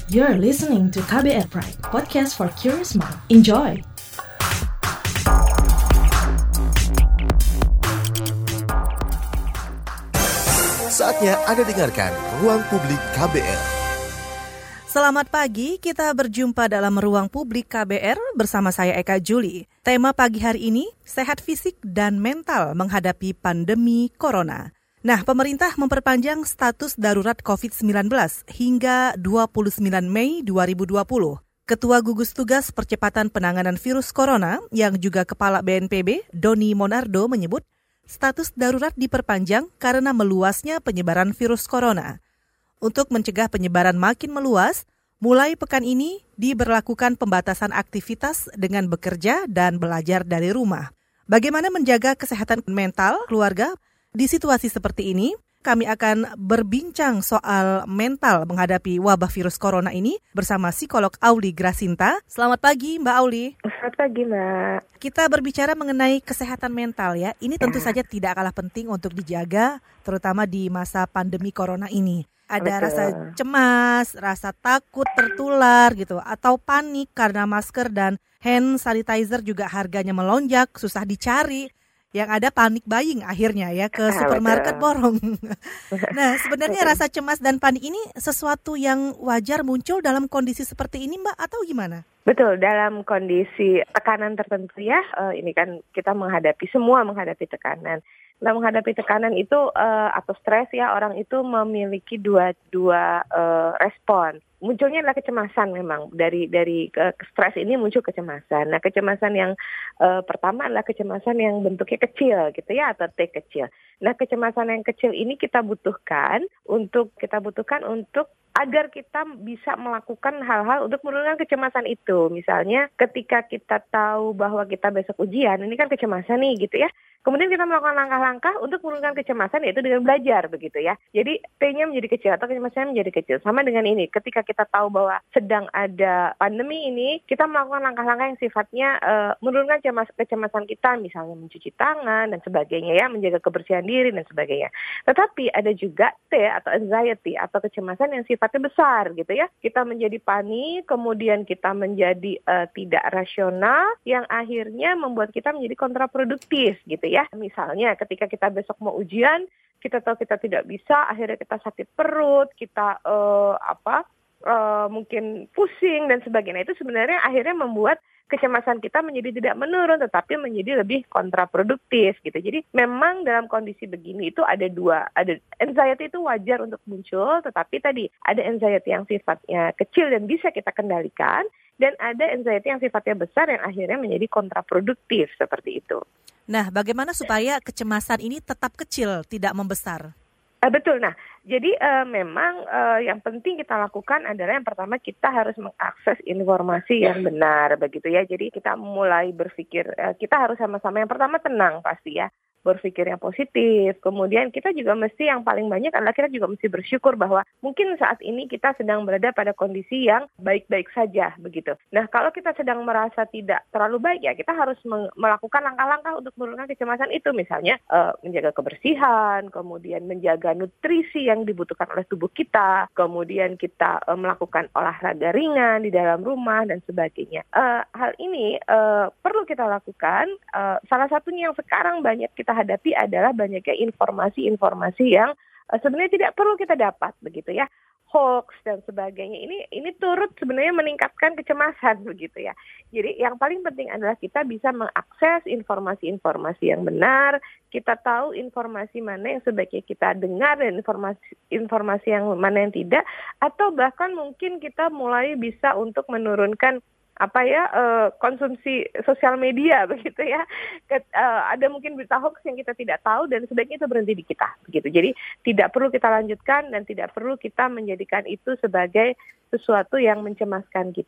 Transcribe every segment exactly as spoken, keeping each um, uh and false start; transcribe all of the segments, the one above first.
You're listening to K B R Pride, podcast for curious mind. Enjoy! Saatnya Anda dengarkan Ruang Publik K B R. Selamat pagi, kita berjumpa dalam Ruang Publik K B R bersama saya Eka Juli. Tema pagi hari ini, sehat fisik dan mental menghadapi pandemi Corona. Nah, pemerintah memperpanjang status darurat covid sembilan belas hingga dua puluh sembilan Mei dua ribu dua puluh. Ketua Gugus Tugas Percepatan Penanganan Virus Corona yang juga Kepala B N P B, Doni Monardo menyebut, status darurat diperpanjang karena meluasnya penyebaran virus corona. Untuk mencegah penyebaran makin meluas, mulai pekan ini diberlakukan pembatasan aktivitas dengan bekerja dan belajar dari rumah. Bagaimana menjaga kesehatan mental keluarga di situasi seperti ini? Kami akan berbincang soal mental menghadapi wabah virus corona ini bersama psikolog Auli Grasinta. Selamat pagi Mbak Auli. Selamat pagi Mbak. Kita berbicara mengenai kesehatan mental ya. Ini tentu ya. saja tidak kalah penting untuk dijaga, terutama di masa pandemi corona ini. Ada Betul. rasa cemas, rasa takut tertular gitu, atau panik karena masker dan hand sanitizer juga harganya melonjak, susah dicari. Yang ada panik buying akhirnya ya ke supermarket borong. Nah, sebenarnya rasa cemas dan panik ini sesuatu yang wajar muncul dalam kondisi seperti ini Mbak, atau gimana? Betul, dalam kondisi tekanan tertentu ya, uh, ini kan kita menghadapi, semua menghadapi tekanan. Dalam menghadapi tekanan itu uh, atau stres ya, orang itu memiliki dua dua uh, respon. Munculnya adalah kecemasan memang, dari dari uh, stres ini muncul kecemasan. Nah, kecemasan yang uh, pertama adalah kecemasan yang bentuknya kecil gitu ya, atau T kecil. Nah, kecemasan yang kecil ini kita butuhkan untuk kita butuhkan untuk agar kita bisa melakukan hal-hal untuk menurunkan kecemasan itu. Misalnya ketika kita tahu bahwa kita besok ujian, ini kan kecemasan nih gitu ya. Kemudian kita melakukan langkah-langkah untuk menurunkan kecemasan, yaitu dengan belajar begitu ya. Jadi T-nya menjadi kecil atau kecemasannya menjadi kecil. Sama dengan ini, ketika kita tahu bahwa sedang ada pandemi ini, kita melakukan langkah-langkah yang sifatnya uh, menurunkan cemas, kecemasan kita, misalnya mencuci tangan dan sebagainya ya, menjaga kebersihan diri dan sebagainya. Tetapi ada juga T atau anxiety atau kecemasan yang sifatnya besar gitu ya. Kita menjadi panik, kemudian kita menjadi uh, tidak rasional, yang akhirnya membuat kita menjadi kontraproduktif gitu ya. Misalnya ketika kita besok mau ujian, kita tahu kita tidak bisa, akhirnya kita sakit perut, kita uh, apa uh, mungkin pusing dan sebagainya. Itu sebenarnya akhirnya membuat kecemasan kita menjadi tidak menurun, tetapi menjadi lebih kontraproduktif gitu. Jadi memang dalam kondisi begini itu ada dua, ada anxiety itu wajar untuk muncul, tetapi tadi ada anxiety yang sifatnya kecil dan bisa kita kendalikan, dan ada anxiety yang sifatnya besar yang akhirnya menjadi kontraproduktif seperti itu. Nah, bagaimana supaya kecemasan ini tetap kecil, tidak membesar? Uh, betul. Nah, jadi uh, memang uh, yang penting kita lakukan adalah yang pertama kita harus mengakses informasi yang benar begitu ya. Jadi kita mulai berpikir, uh, kita harus sama-sama yang pertama tenang pasti ya. Berpikir yang positif, kemudian kita juga mesti yang paling banyak adalah kita juga mesti bersyukur bahwa mungkin saat ini kita sedang berada pada kondisi yang baik-baik saja begitu. Nah, kalau kita sedang merasa tidak terlalu baik ya kita harus meng- melakukan langkah-langkah untuk menurunkan kecemasan itu, misalnya uh, menjaga kebersihan, kemudian menjaga nutrisi yang dibutuhkan oleh tubuh kita, kemudian kita uh, melakukan olahraga ringan di dalam rumah dan sebagainya. Uh, hal ini uh, perlu kita lakukan. Uh, salah satunya yang sekarang banyak kita hadapi adalah banyaknya informasi-informasi yang uh, sebenarnya tidak perlu kita dapat begitu ya, hoax dan sebagainya. Ini ini turut sebenarnya meningkatkan kecemasan begitu ya. Jadi yang paling penting adalah kita bisa mengakses informasi-informasi yang benar, kita tahu informasi mana yang sebaiknya kita dengar dan informasi informasi yang mana yang tidak, atau bahkan mungkin kita mulai bisa untuk menurunkan apa ya uh, konsumsi sosial media begitu ya. Ke, uh, ada mungkin berita hoax yang kita tidak tahu dan sebaiknya itu berhenti di kita begitu. Jadi tidak perlu kita lanjutkan dan tidak perlu kita menjadikan itu sebagai sesuatu yang mencemaskan kita.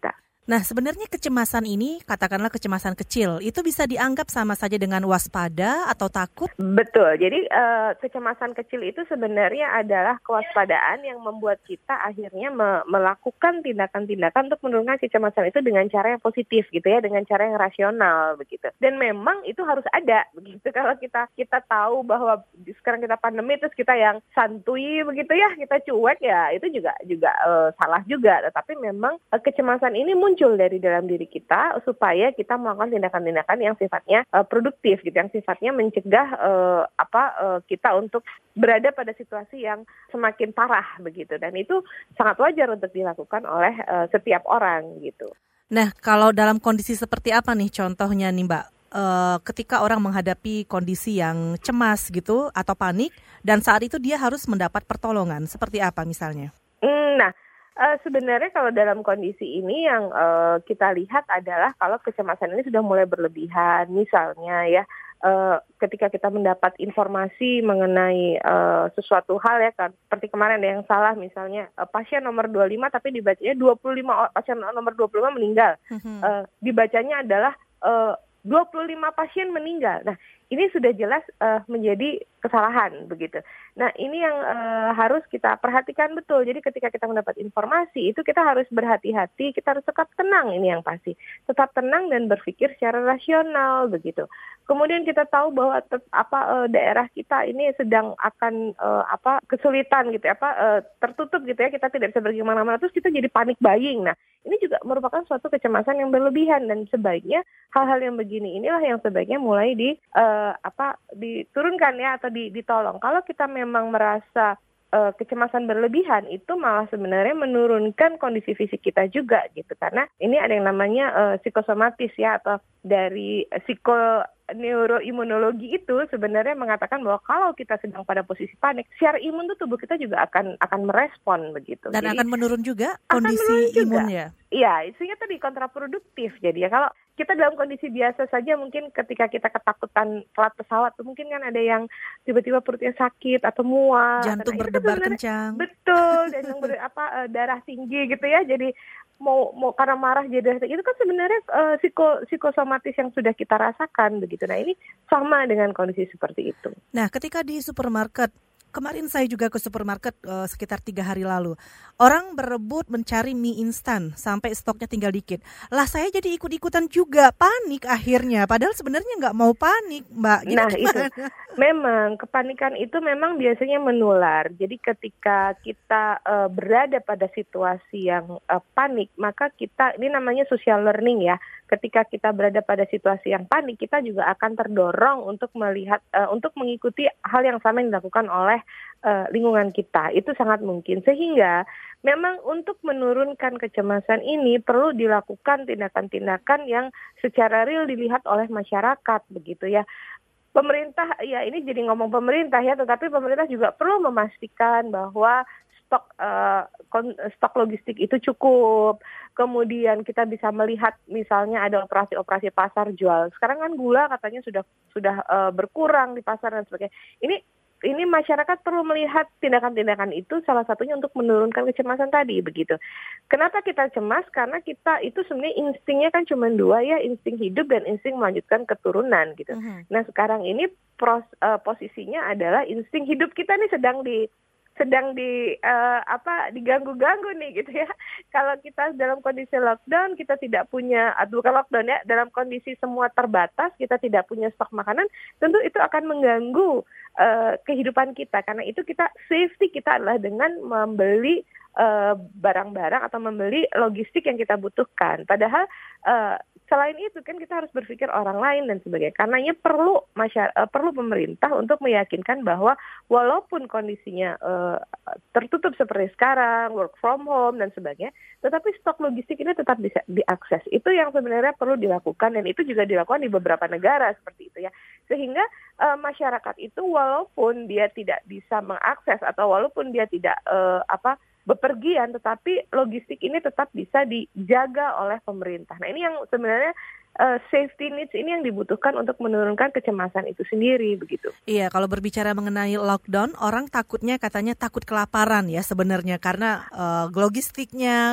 Nah, sebenarnya kecemasan ini, katakanlah kecemasan kecil, itu bisa dianggap sama saja dengan waspada atau takut? Betul. Jadi uh, kecemasan kecil itu sebenarnya adalah kewaspadaan yang membuat kita akhirnya me- melakukan tindakan-tindakan untuk menurunkan kecemasan itu dengan cara yang positif gitu ya, dengan cara yang rasional begitu. Dan memang itu harus ada begitu. Kalau kita kita tahu bahwa sekarang kita pandemi terus kita yang santuy begitu ya, kita cuek ya, itu juga juga uh, salah juga. Tetapi memang uh, kecemasan ini muncul dari dalam diri kita supaya kita melakukan tindakan-tindakan yang sifatnya uh, produktif gitu, yang sifatnya mencegah uh, apa uh, kita untuk berada pada situasi yang semakin parah begitu, dan itu sangat wajar untuk dilakukan oleh uh, setiap orang gitu. Nah, kalau dalam kondisi seperti apa nih contohnya nih Mbak? Uh, ketika orang menghadapi kondisi yang cemas gitu atau panik dan saat itu dia harus mendapat pertolongan, seperti apa misalnya? Mm, nah. Uh, sebenarnya kalau dalam kondisi ini yang uh, kita lihat adalah kalau kecemasan ini sudah mulai berlebihan, misalnya ya uh, ketika kita mendapat informasi mengenai uh, sesuatu hal ya kan, seperti kemarin ada yang salah misalnya uh, pasien nomor dua puluh lima tapi dibacanya dua puluh lima pasien nomor dua puluh lima meninggal, mm-hmm. uh, dibacanya adalah uh, dua puluh lima pasien meninggal. Nah, ini sudah jelas uh, menjadi kesalahan begitu. Nah, ini yang uh, harus kita perhatikan betul. Jadi ketika kita mendapat informasi itu kita harus berhati-hati, kita harus tetap tenang, ini yang pasti. Tetap tenang dan berpikir secara rasional begitu. Kemudian kita tahu bahwa te- apa uh, daerah kita ini sedang akan uh, apa kesulitan gitu, apa uh, tertutup gitu ya, kita tidak bisa pergi kemana-mana, terus kita jadi panik buying. Nah, ini juga merupakan suatu kecemasan yang berlebihan, dan sebaiknya hal-hal yang begini inilah yang sebaiknya mulai di uh, apa diturunkan ya, atau ditolong. Kalau kita memang merasa uh, kecemasan berlebihan, itu malah sebenarnya menurunkan kondisi fisik kita juga gitu, karena ini ada yang namanya uh, psikosomatis ya, atau dari psiko neuroimunologi itu sebenarnya mengatakan bahwa kalau kita sedang pada posisi panik, secara imun tuh tubuh kita juga akan akan merespon begitu. Dan jadi, akan menurun juga kondisi imunnya. Iya, sehingga tadi kontraproduktif. Jadi ya kalau kita dalam kondisi biasa saja, mungkin ketika kita ketakutan telat pesawat tuh mungkin kan ada yang tiba-tiba perutnya sakit atau mual, jantung berdebar kencang. Betul, jantung ber, apa darah tinggi gitu ya. Jadi mau mau karena marah jadi itu kan sebenarnya uh, psiko psikosomatis yang sudah kita rasakan begitu. Nah, ini sama dengan kondisi seperti itu. Nah, ketika di supermarket, kemarin saya juga ke supermarket uh, sekitar tiga hari lalu. Orang berebut mencari mie instan sampai stoknya tinggal dikit. Lah, saya jadi ikut-ikutan juga panik akhirnya. Padahal sebenarnya nggak mau panik, Mbak. Gitu nah gimana? Itu memang kepanikan itu memang biasanya menular. Jadi ketika kita uh, berada pada situasi yang uh, panik, maka kita, ini namanya social learning ya. Ketika kita berada pada situasi yang panik, kita juga akan terdorong untuk melihat, uh, untuk mengikuti hal yang sama yang dilakukan oleh uh, lingkungan kita. Itu sangat mungkin. Sehingga memang untuk menurunkan kecemasan ini perlu dilakukan tindakan-tindakan yang secara real dilihat oleh masyarakat begitu ya. Pemerintah, ya ini jadi ngomong pemerintah ya, tetapi pemerintah juga perlu memastikan bahwa stok uh, kon, stok logistik itu cukup. Kemudian kita bisa melihat misalnya ada operasi-operasi pasar jual. Sekarang kan gula katanya sudah sudah uh, berkurang di pasar dan sebagainya. Ini ini masyarakat perlu melihat tindakan-tindakan itu salah satunya untuk menurunkan kecemasan tadi begitu. Kenapa kita cemas? Karena kita itu sebenarnya instingnya kan cuma dua ya, insting hidup dan insting melanjutkan keturunan gitu. Uh-huh. Nah, sekarang ini pros, uh, posisinya adalah insting hidup kita nih sedang di sedang di uh, apa diganggu-ganggu nih gitu ya. Kalau kita dalam kondisi lockdown, kita tidak punya, bukan lockdown ya, dalam kondisi semua terbatas, kita tidak punya stok makanan, tentu itu akan mengganggu uh, kehidupan kita. Karena itu kita safety kita adalah dengan membeli uh, barang-barang atau membeli logistik yang kita butuhkan. Padahal uh, selain itu kan kita harus berpikir orang lain dan sebagainya. Karenanya perlu masyarakat, uh, perlu pemerintah untuk meyakinkan bahwa walaupun kondisinya uh, tertutup seperti sekarang, work from home dan sebagainya, tetapi stok logistik ini tetap bisa diakses. Itu yang sebenarnya perlu dilakukan, dan itu juga dilakukan di beberapa negara seperti itu ya. Sehingga uh, masyarakat itu walaupun dia tidak bisa mengakses atau walaupun dia tidak uh, apa bepergian, tetapi logistik ini tetap bisa dijaga oleh pemerintah. Nah, ini yang sebenarnya uh, safety needs ini yang dibutuhkan untuk menurunkan kecemasan itu sendiri begitu. Iya, kalau berbicara mengenai lockdown, orang takutnya katanya takut kelaparan ya sebenarnya, karena uh, logistiknya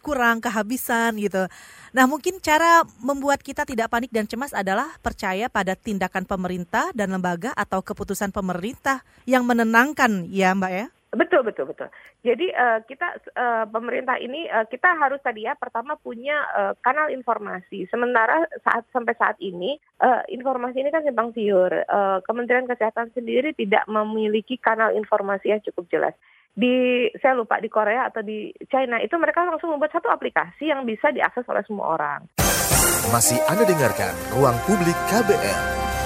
kurang, kehabisan gitu. Nah, mungkin cara membuat kita tidak panik dan cemas adalah percaya pada tindakan pemerintah dan lembaga atau keputusan pemerintah yang menenangkan, ya Mbak ya? Betul, betul, betul. Jadi uh, kita uh, pemerintah ini uh, kita harus tadi ya pertama punya uh, kanal informasi. Sementara saat sampai saat ini uh, informasi ini kan simpang siur. Uh, Kementerian Kesehatan sendiri tidak memiliki kanal informasi yang cukup jelas. Di saya lupa di Korea atau di China itu mereka langsung membuat satu aplikasi yang bisa diakses oleh semua orang. Masih Anda dengarkan Ruang Publik K B R.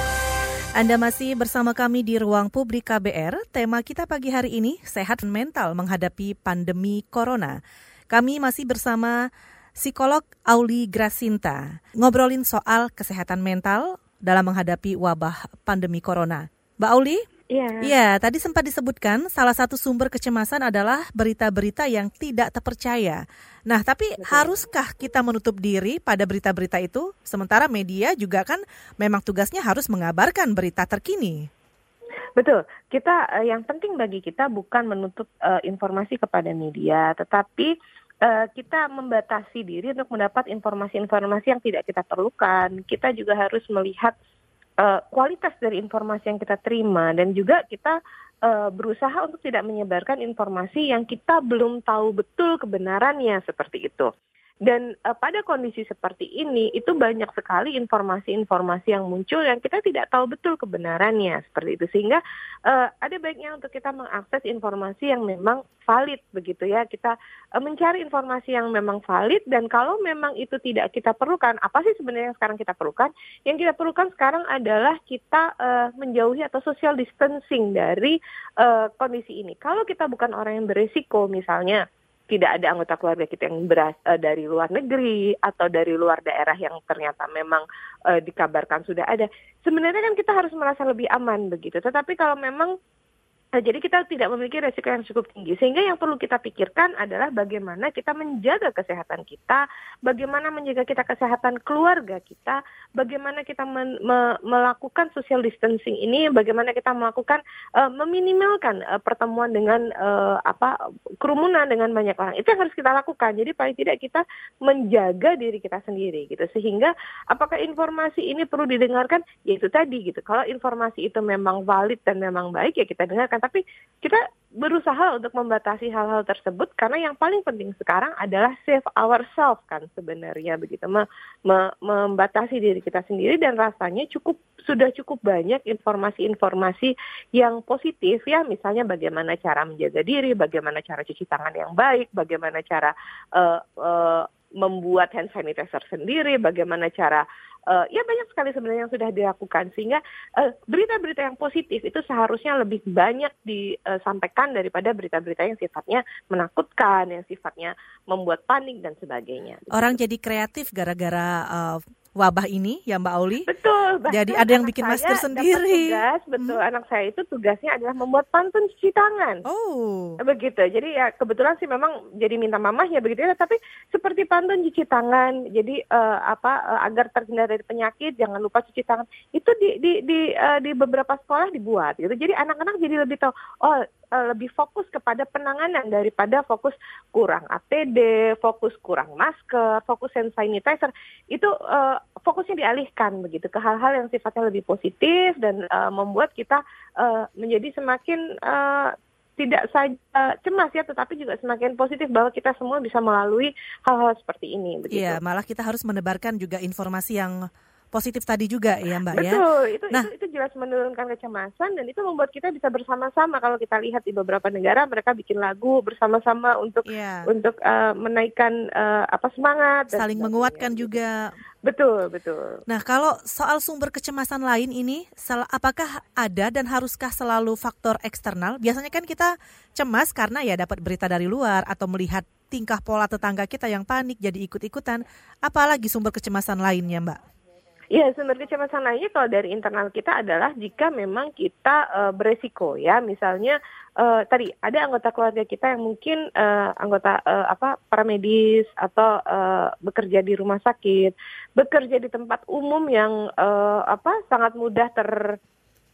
Anda masih bersama kami di Ruang Publik K B R. Tema kita pagi hari ini, sehat mental menghadapi pandemi corona. Kami masih bersama psikolog Auli Grasinta, ngobrolin soal kesehatan mental dalam menghadapi wabah pandemi corona. Mbak Auli? Iya. Iya, tadi sempat disebutkan salah satu sumber kecemasan adalah berita-berita yang tidak terpercaya. Nah, tapi Betul. haruskah kita menutup diri pada berita-berita itu? Sementara media juga kan memang tugasnya harus mengabarkan berita terkini. Betul. Kita uh, yang penting bagi kita bukan menutup uh, informasi kepada media, tetapi uh, kita membatasi diri untuk mendapat informasi-informasi yang tidak kita perlukan. Kita juga harus melihat Uh, kualitas dari informasi yang kita terima dan juga kita uh, berusaha untuk tidak menyebarkan informasi yang kita belum tahu betul kebenarannya seperti itu. Dan uh, pada kondisi seperti ini itu banyak sekali informasi-informasi yang muncul yang kita tidak tahu betul kebenarannya seperti itu, sehingga uh, ada baiknya untuk kita mengakses informasi yang memang valid begitu ya. Kita uh, mencari informasi yang memang valid, dan kalau memang itu tidak kita perlukan, apa sih sebenarnya yang sekarang kita perlukan? Yang kita perlukan sekarang adalah kita uh, menjauhi atau social distancing dari uh, kondisi ini. Kalau kita bukan orang yang beresiko, misalnya tidak ada anggota keluarga kita yang beras, uh, dari luar negeri atau dari luar daerah yang ternyata memang uh, dikabarkan sudah ada. Sebenarnya kan kita harus merasa lebih aman begitu. Tetapi kalau memang Nah, jadi kita tidak memiliki resiko yang cukup tinggi. Sehingga yang perlu kita pikirkan adalah bagaimana kita menjaga kesehatan kita, bagaimana menjaga kita kesehatan keluarga kita, bagaimana kita men- me- melakukan social distancing ini, bagaimana kita melakukan uh, meminimalkan uh, pertemuan dengan uh, apa kerumunan dengan banyak orang. Itu yang harus kita lakukan. Jadi paling tidak kita menjaga diri kita sendiri gitu. Sehingga apakah informasi ini perlu didengarkan? Ya itu tadi gitu. Kalau informasi itu memang valid dan memang baik, ya kita dengarkan. Tapi kita berusaha untuk membatasi hal-hal tersebut karena yang paling penting sekarang adalah save ourselves kan sebenarnya begitu, Mem- mem- membatasi diri kita sendiri, dan rasanya cukup sudah cukup banyak informasi-informasi yang positif ya, misalnya bagaimana cara menjaga diri, bagaimana cara cuci tangan yang baik, bagaimana cara uh, uh, membuat hand sanitizer sendiri, bagaimana cara Uh, ya banyak sekali sebenarnya yang sudah dilakukan, sehingga uh, berita-berita yang positif itu seharusnya lebih banyak disampaikan daripada berita-berita yang sifatnya menakutkan, yang sifatnya membuat panik dan sebagainya. Orang jadi kreatif gara-gara uh, wabah ini ya Mbak Auli. Betul. Jadi ada yang bikin masker sendiri. Tugas, betul. Hmm. Anak saya itu tugasnya adalah membuat pantun cuci tangan. Oh. Begitu. Jadi ya kebetulan sih memang jadi minta mamahnya begitu ya. Tapi seperti pantun cuci tangan. Jadi uh, apa uh, agar terhindar dari penyakit, jangan lupa cuci tangan. Itu di di di uh, di beberapa sekolah dibuat gitu. Jadi anak-anak jadi lebih tahu. Oh, lebih fokus kepada penanganan daripada fokus kurang A P D, fokus kurang masker, fokus hand sanitizer. Itu uh, fokusnya dialihkan begitu ke hal-hal yang sifatnya lebih positif dan uh, membuat kita uh, menjadi semakin uh, tidak saja cemas ya, tetapi juga semakin positif bahwa kita semua bisa melalui hal-hal seperti ini. Begitu. Iya, malah kita harus menebarkan juga informasi yang positif tadi juga ya Mbak. Betul, ya. Betul, itu, nah, itu, itu jelas menurunkan kecemasan dan itu membuat kita bisa bersama-sama. Kalau kita lihat di beberapa negara mereka bikin lagu bersama-sama untuk yeah. untuk uh, menaikkan uh, apa semangat. Saling menguatkan juga. Betul, betul. Nah, kalau soal sumber kecemasan lain ini, apakah ada dan haruskah selalu faktor eksternal? Biasanya kan kita cemas karena ya dapat berita dari luar atau melihat tingkah pola tetangga kita yang panik jadi ikut-ikutan. Apalagi sumber kecemasan lainnya, Mbak? Ya, sumber kecemasan lainnya kalau dari internal kita adalah jika memang kita uh, beresiko ya, misalnya uh, tadi ada anggota keluarga kita yang mungkin uh, anggota uh, apa paramedis atau uh, bekerja di rumah sakit, bekerja di tempat umum yang uh, apa sangat mudah ter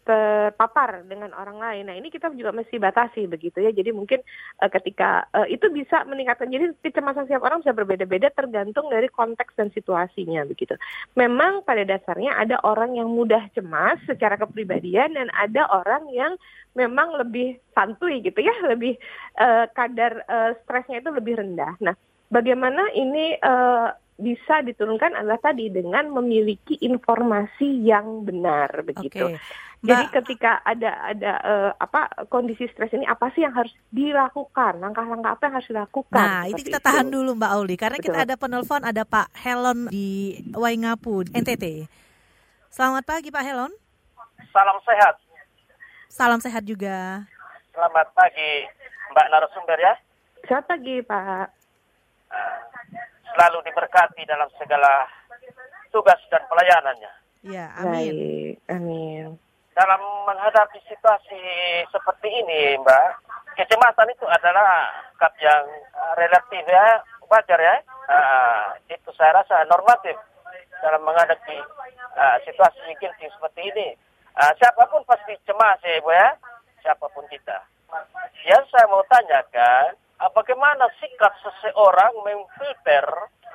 terpapar dengan orang lain. Nah, ini kita juga mesti batasi begitu ya. Jadi mungkin uh, ketika uh, itu bisa meningkatkan. Jadi kecemasan setiap orang bisa berbeda-beda tergantung dari konteks dan situasinya begitu. Memang pada dasarnya ada orang yang mudah cemas secara kepribadian dan ada orang yang memang lebih santuy gitu ya, lebih uh, kadar uh, stresnya itu lebih rendah. Nah, bagaimana ini uh, bisa diturunkan adalah tadi dengan memiliki informasi yang benar begitu. Oke. Jadi Mbak, ketika ada ada uh, apa kondisi stres ini apa sih yang harus dilakukan? Langkah-langkah apa yang harus dilakukan? nah ini Seperti kita itu. tahan dulu Mbak Auli karena Betul. kita ada penelpon, ada Pak Helon di Waingapu, N T T. Selamat pagi Pak Helon. Salam sehat. Salam sehat juga. Selamat pagi Mbak narasumber ya. Selamat pagi Pak. Selalu diberkati dalam segala tugas dan pelayanannya. Ya, amin. Baik, amin. Dalam menghadapi situasi seperti ini Mbak, kecemasan itu adalah sikap yang relatif ya, wajar ya. Uh, itu saya rasa normatif dalam menghadapi uh, situasi genting seperti ini. Uh, siapapun pasti cemas ya Ibu ya, siapapun kita. Yang saya mau tanyakan, uh, bagaimana sikap seseorang memfilter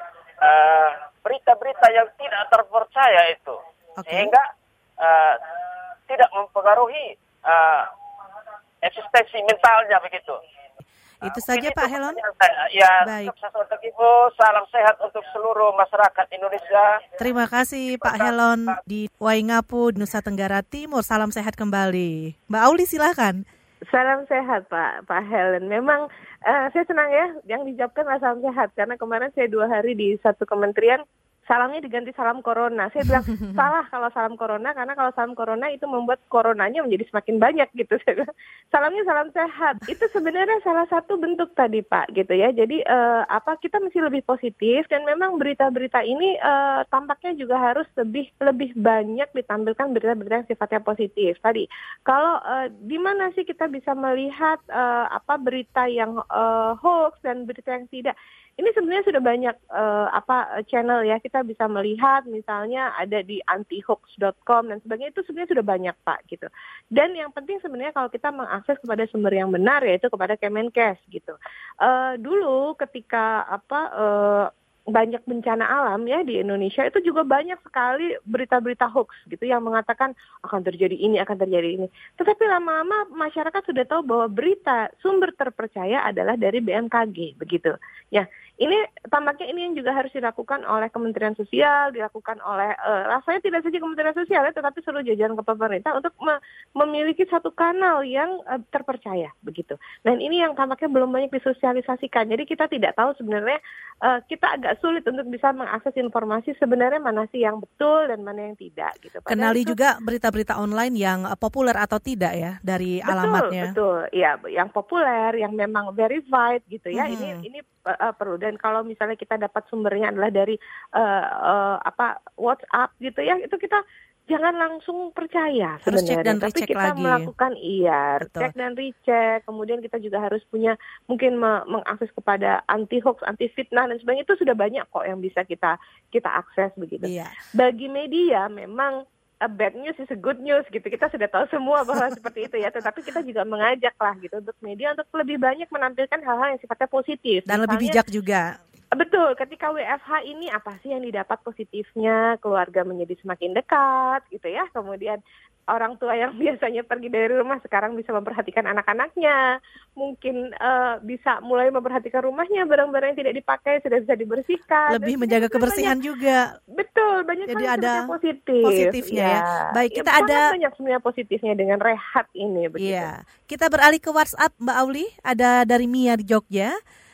uh, berita-berita yang tidak terpercaya itu, Oke. sehingga uh, tidak mempengaruhi uh, eksistensi mentalnya begitu. Itu Uh, saja mungkin Pak itu Helon. pertanyaan saya. Ya, Baik. sukses untuk Ibu, salam sehat untuk seluruh masyarakat Indonesia. Terima kasih Pak Helon di Waingapu, Nusa Tenggara Timur. Salam sehat kembali. Mbak Auli silakan. Salam sehat Pak Pak Helen. Memang uh, saya senang ya yang dijawabkan adalah salam sehat karena kemarin saya dua hari di satu kementerian salamnya diganti salam corona. Saya bilang salah kalau salam corona karena kalau salam corona itu membuat coronanya menjadi semakin banyak gitu. Saya bilang, salamnya salam sehat. Itu sebenarnya salah satu bentuk tadi Pak gitu ya. Jadi uh, apa kita mesti lebih positif dan memang berita-berita ini uh, tampaknya juga harus lebih lebih banyak ditampilkan berita-berita yang sifatnya positif. Tadi kalau uh, di mana sih kita bisa melihat uh, apa berita yang uh, hoax dan berita yang tidak? Ini sebenarnya sudah banyak uh, apa channel ya, kita bisa melihat misalnya ada di anti hoax dot com dan sebagainya, itu sebenarnya sudah banyak Pak gitu. Dan yang penting sebenarnya kalau kita mengakses kepada sumber yang benar yaitu kepada Kemenkes gitu. Uh, dulu ketika apa uh, banyak bencana alam ya di Indonesia itu juga banyak sekali berita-berita hoax gitu yang mengatakan akan terjadi ini, akan terjadi ini. Tetapi lama-lama masyarakat sudah tahu bahwa berita sumber terpercaya adalah dari B M K G begitu. Ya, ini tampaknya ini yang juga harus dilakukan oleh Kementerian Sosial, dilakukan oleh uh, rasanya tidak saja Kementerian Sosial ya, tetapi seluruh jajaran pemerintah untuk me- memiliki satu kanal yang uh, terpercaya begitu. Dan ini yang tampaknya belum banyak disosialisasikan. Jadi kita tidak tahu sebenarnya uh, kita agak sulit untuk bisa mengakses informasi sebenarnya mana sih yang betul dan mana yang tidak gitu. Padahal Kenali itu, juga berita-berita online yang uh, populer atau tidak ya dari betul, alamatnya. Betul, ya, yang populer, yang memang verified gitu ya. Mhm. Ini ini uh, perlu. Dan kalau misalnya kita dapat sumbernya adalah dari uh, uh, apa WhatsApp gitu ya, itu kita jangan langsung percaya Harus sebenarnya. cek dan Tapi recheck kita lagi. melakukan iya, Betul. cek dan recheck. Kemudian kita juga harus punya mungkin me- mengakses kepada anti hoax, anti fitnah dan sebagainya. Itu sudah banyak kok yang bisa kita kita akses begitu. Iya. Bagi media memang a bad news is a good news gitu. Kita sudah tahu semua bahwa seperti itu ya. Tetapi kita juga mengajak lah gitu untuk media untuk lebih banyak menampilkan hal-hal yang sifatnya positif. Dan lebih Misalnya, bijak juga. betul, ketika W F H ini apa sih yang didapat positifnya? Keluarga menjadi semakin dekat gitu ya. Kemudian orang tua yang biasanya pergi dari rumah sekarang bisa memperhatikan anak-anaknya. Mungkin uh, bisa mulai memperhatikan rumahnya, barang-barang yang tidak dipakai sudah bisa dibersihkan. Lebih Dan menjaga sebenarnya kebersihan banyak, juga. betul, banyak Jadi hal yang ada sifatnya positif. positifnya ya. Baik, kita sangat ada- banyak sebenarnya positifnya dengan rehat ini begitu. Iya. Kita beralih ke WhatsApp Mbak Auli, ada dari Mia di Jogja.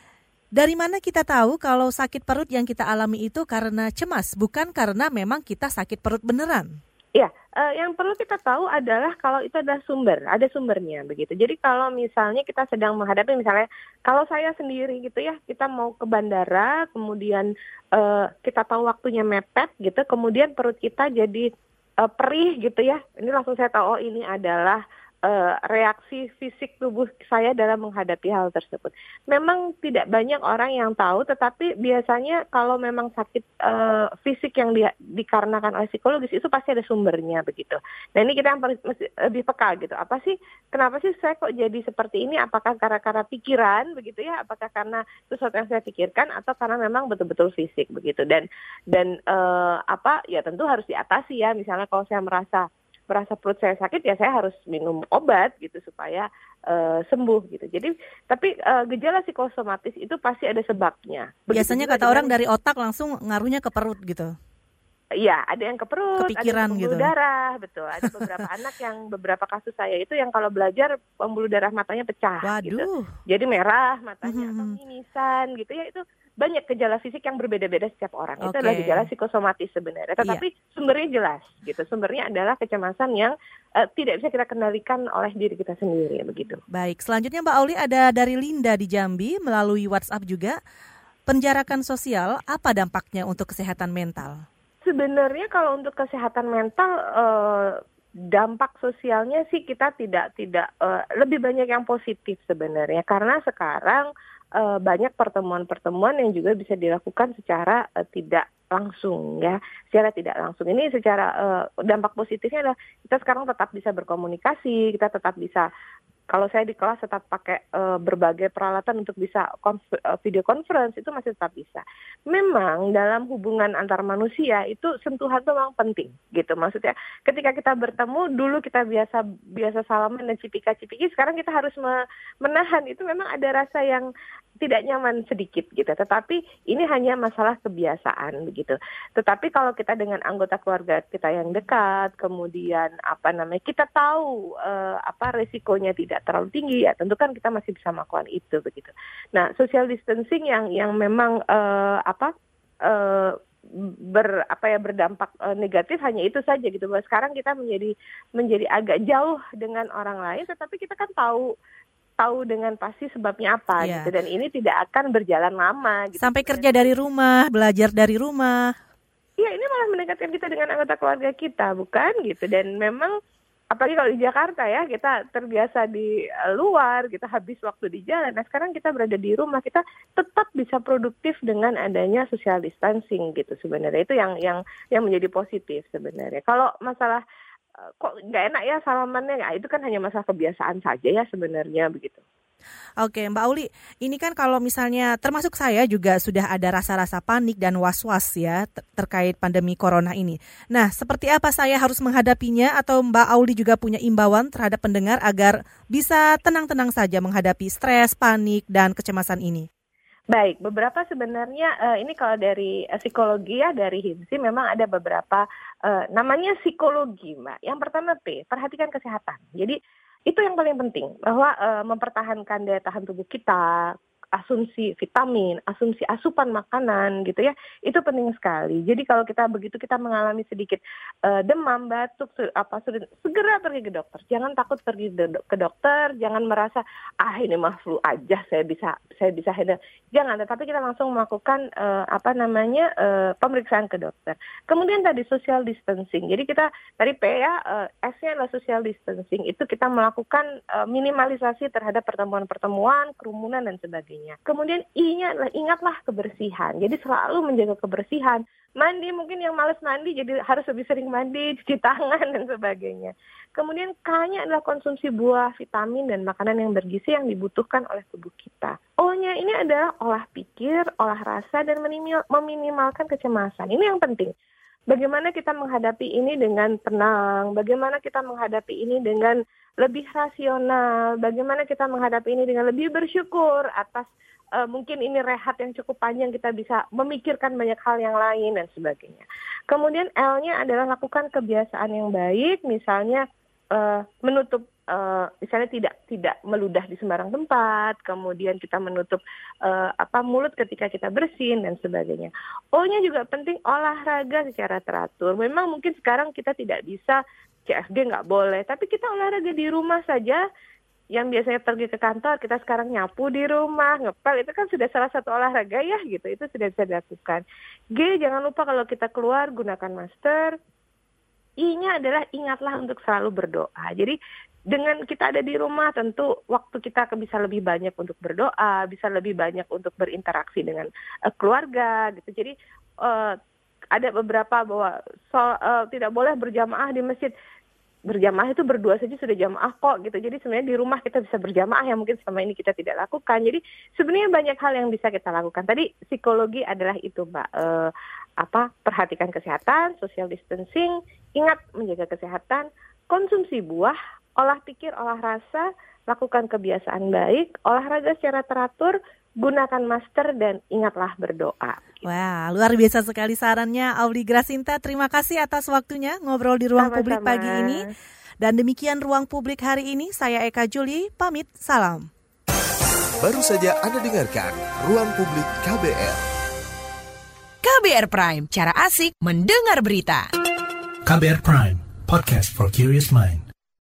Dari mana kita tahu kalau sakit perut yang kita alami itu karena cemas, bukan karena memang kita sakit perut beneran? Iya, uh, yang perlu kita tahu adalah kalau itu ada sumber, ada sumbernya begitu. Jadi kalau misalnya kita sedang menghadapi misalnya, kalau saya sendiri gitu ya, kita mau ke bandara, kemudian uh, kita tahu waktunya mepet gitu, kemudian perut kita jadi uh, perih gitu ya. Ini langsung saya tahu oh ini adalah uh, reaksi fisik tubuh saya dalam menghadapi hal tersebut. Memang tidak banyak orang yang tahu, tetapi biasanya kalau memang sakit uh, fisik yang di, dikarenakan oleh psikologis itu pasti ada sumbernya begitu. Nah ini kita yang mesti lebih peka gitu. Apa sih, kenapa sih saya kok jadi seperti ini? Apakah karena karena pikiran begitu ya? Apakah karena sesuatu yang saya pikirkan atau karena memang betul-betul fisik begitu? Dan dan uh, apa ya tentu harus diatasi ya. Misalnya kalau saya merasa merasa perut saya sakit ya saya harus minum obat gitu supaya uh, sembuh gitu. Jadi tapi uh, gejala psikosomatis itu pasti ada sebabnya. Begitu biasanya kata dengan, orang dari otak langsung ngaruhnya ke perut gitu. Iya, ada yang ke perut, kepikiran ada yang pembuluh gitu. darah, betul. Ada beberapa anak yang beberapa kasus saya itu yang kalau belajar pembuluh darah matanya pecah. Waduh. Gitu. Jadi merah matanya Mm-hmm. atau mimisan gitu ya, itu banyak gejala fisik yang berbeda-beda setiap orang. Okay. Itu adalah gejala psikosomatis sebenarnya. Tetapi iya. sumbernya jelas gitu. Sumbernya adalah kecemasan yang uh, tidak bisa kita kendalikan oleh diri kita sendiri begitu. Baik, selanjutnya Mbak Auli ada dari Linda di Jambi melalui WhatsApp juga. Penjarakan sosial apa dampaknya untuk kesehatan mental? Sebenarnya kalau untuk kesehatan mental eh, dampak sosialnya sih kita tidak tidak eh, lebih banyak yang positif sebenarnya, karena sekarang eh, banyak pertemuan-pertemuan yang juga bisa dilakukan secara eh, tidak langsung ya, secara tidak langsung. Ini secara eh, dampak positifnya adalah kita sekarang tetap bisa berkomunikasi, kita tetap bisa. Kalau saya di kelas tetap pakai uh, berbagai peralatan untuk bisa konf- uh, video conference, itu masih tetap bisa. Memang dalam hubungan antar manusia itu sentuhan itu memang penting, gitu. Maksudnya ketika kita bertemu, dulu kita biasa biasa salaman dan cipika-cipiki, sekarang kita harus me- menahan. Itu memang ada rasa yang tidak nyaman sedikit, gitu. Tetapi ini hanya masalah kebiasaan, begitu. Tetapi kalau kita dengan anggota keluarga kita yang dekat, kemudian apa namanya, kita tahu uh, apa resikonya tidak terlalu tinggi, ya tentu kan kita masih bisa melakukan itu begitu. Nah, social distancing yang yang memang uh, apa uh, ber apa ya berdampak uh, negatif hanya itu saja gitu. Bahwa sekarang kita menjadi menjadi agak jauh dengan orang lain, tetapi kita kan tahu tahu dengan pasti sebabnya apa yeah. gitu, dan ini tidak akan berjalan lama gitu. Sampai kerja dari rumah, belajar dari rumah. Iya, ini malah mendekatkan kita dengan anggota keluarga kita, bukan gitu. Dan memang apalagi kalau di Jakarta ya, kita terbiasa di luar, kita habis waktu di jalan. Nah sekarang kita berada di rumah, kita tetap bisa produktif dengan adanya social distancing gitu sebenarnya. Itu yang yang yang menjadi positif sebenarnya. Kalau masalah kok nggak enak ya salamannya, nah, itu kan hanya masalah kebiasaan saja ya sebenarnya begitu. Oke Mbak Auli, ini kan kalau misalnya termasuk saya juga sudah ada rasa-rasa panik dan was-was ya ter- terkait pandemi corona ini. Nah seperti apa saya harus menghadapinya, atau Mbak Auli juga punya imbauan terhadap pendengar agar bisa tenang-tenang saja menghadapi stres, panik, dan kecemasan ini? Baik, beberapa sebenarnya uh, ini kalau dari uh, psikologi ya, dari HIMSI memang ada beberapa uh, namanya psikologi, Mbak. Yang pertama P, perhatikan kesehatan. Jadi itu yang paling penting, bahwa uh, mempertahankan daya tahan tubuh kita, asumsi vitamin, asumsi asupan makanan gitu ya, itu penting sekali. Jadi kalau kita begitu kita mengalami sedikit uh, demam, batuk, su- apa sudah segera pergi ke dokter. Jangan takut pergi do- ke dokter, jangan merasa ah ini mah flu aja, saya bisa saya bisa handle. Jangan, tetapi kita langsung melakukan uh, apa namanya uh, pemeriksaan ke dokter. Kemudian tadi social distancing. Jadi kita tadi P ya, uh, S-nya adalah social distancing. Itu kita melakukan uh, minimalisasi terhadap pertemuan-pertemuan, kerumunan dan sebagainya. Kemudian I-nya adalah ingatlah kebersihan. Jadi selalu menjaga kebersihan. Mandi, mungkin yang malas mandi jadi harus lebih sering mandi, cuci tangan dan sebagainya. Kemudian K-nya adalah konsumsi buah, vitamin dan makanan yang bergizi yang dibutuhkan oleh tubuh kita. O-nya ini adalah olah pikir, olah rasa dan minimal, meminimalkan kecemasan. Ini yang penting. Bagaimana kita menghadapi ini dengan tenang, bagaimana kita menghadapi ini dengan lebih rasional, bagaimana kita menghadapi ini dengan lebih bersyukur atas uh, mungkin ini rehat yang cukup panjang, kita bisa memikirkan banyak hal yang lain dan sebagainya. Kemudian L-nya adalah lakukan kebiasaan yang baik, misalnya uh, menutup Uh, misalnya tidak tidak meludah di sembarang tempat, kemudian kita menutup uh, apa mulut ketika kita bersin dan sebagainya. O-nya juga penting, olahraga secara teratur. Memang mungkin sekarang kita tidak bisa C F D nggak boleh, tapi kita olahraga di rumah saja. Yang biasanya pergi ke kantor, kita sekarang nyapu di rumah, ngepel, itu kan sudah salah satu olahraga ya gitu. Itu sudah bisa dilakukan. G, jangan lupa kalau kita keluar gunakan masker. I-nya adalah ingatlah untuk selalu berdoa. Jadi dengan kita ada di rumah tentu waktu kita bisa lebih banyak untuk berdoa, bisa lebih banyak untuk berinteraksi dengan uh, keluarga gitu. Jadi uh, ada beberapa bahwa so, uh, tidak boleh berjamaah di masjid. Berjamaah itu berdua saja sudah jamaah kok gitu. Jadi sebenarnya di rumah kita bisa berjamaah yang mungkin selama ini kita tidak lakukan. Jadi sebenarnya banyak hal yang bisa kita lakukan. Tadi psikologi adalah itu, Mbak. Uh, apa? Perhatikan kesehatan, social distancing, ingat menjaga kesehatan, konsumsi buah, olah pikir, olah rasa, lakukan kebiasaan baik, olahraga secara teratur, gunakan masker, dan ingatlah berdoa. Wah, luar biasa sekali sarannya Aulie Gracinta. Terima kasih atas waktunya ngobrol di Ruang Sama-sama. Publik pagi ini. Dan demikian Ruang Publik hari ini. Saya Eka Juli, pamit, salam. Baru saja Anda dengarkan Ruang Publik K B R. K B R Prime, cara asik mendengar berita. K B R Prime, podcast for curious mind.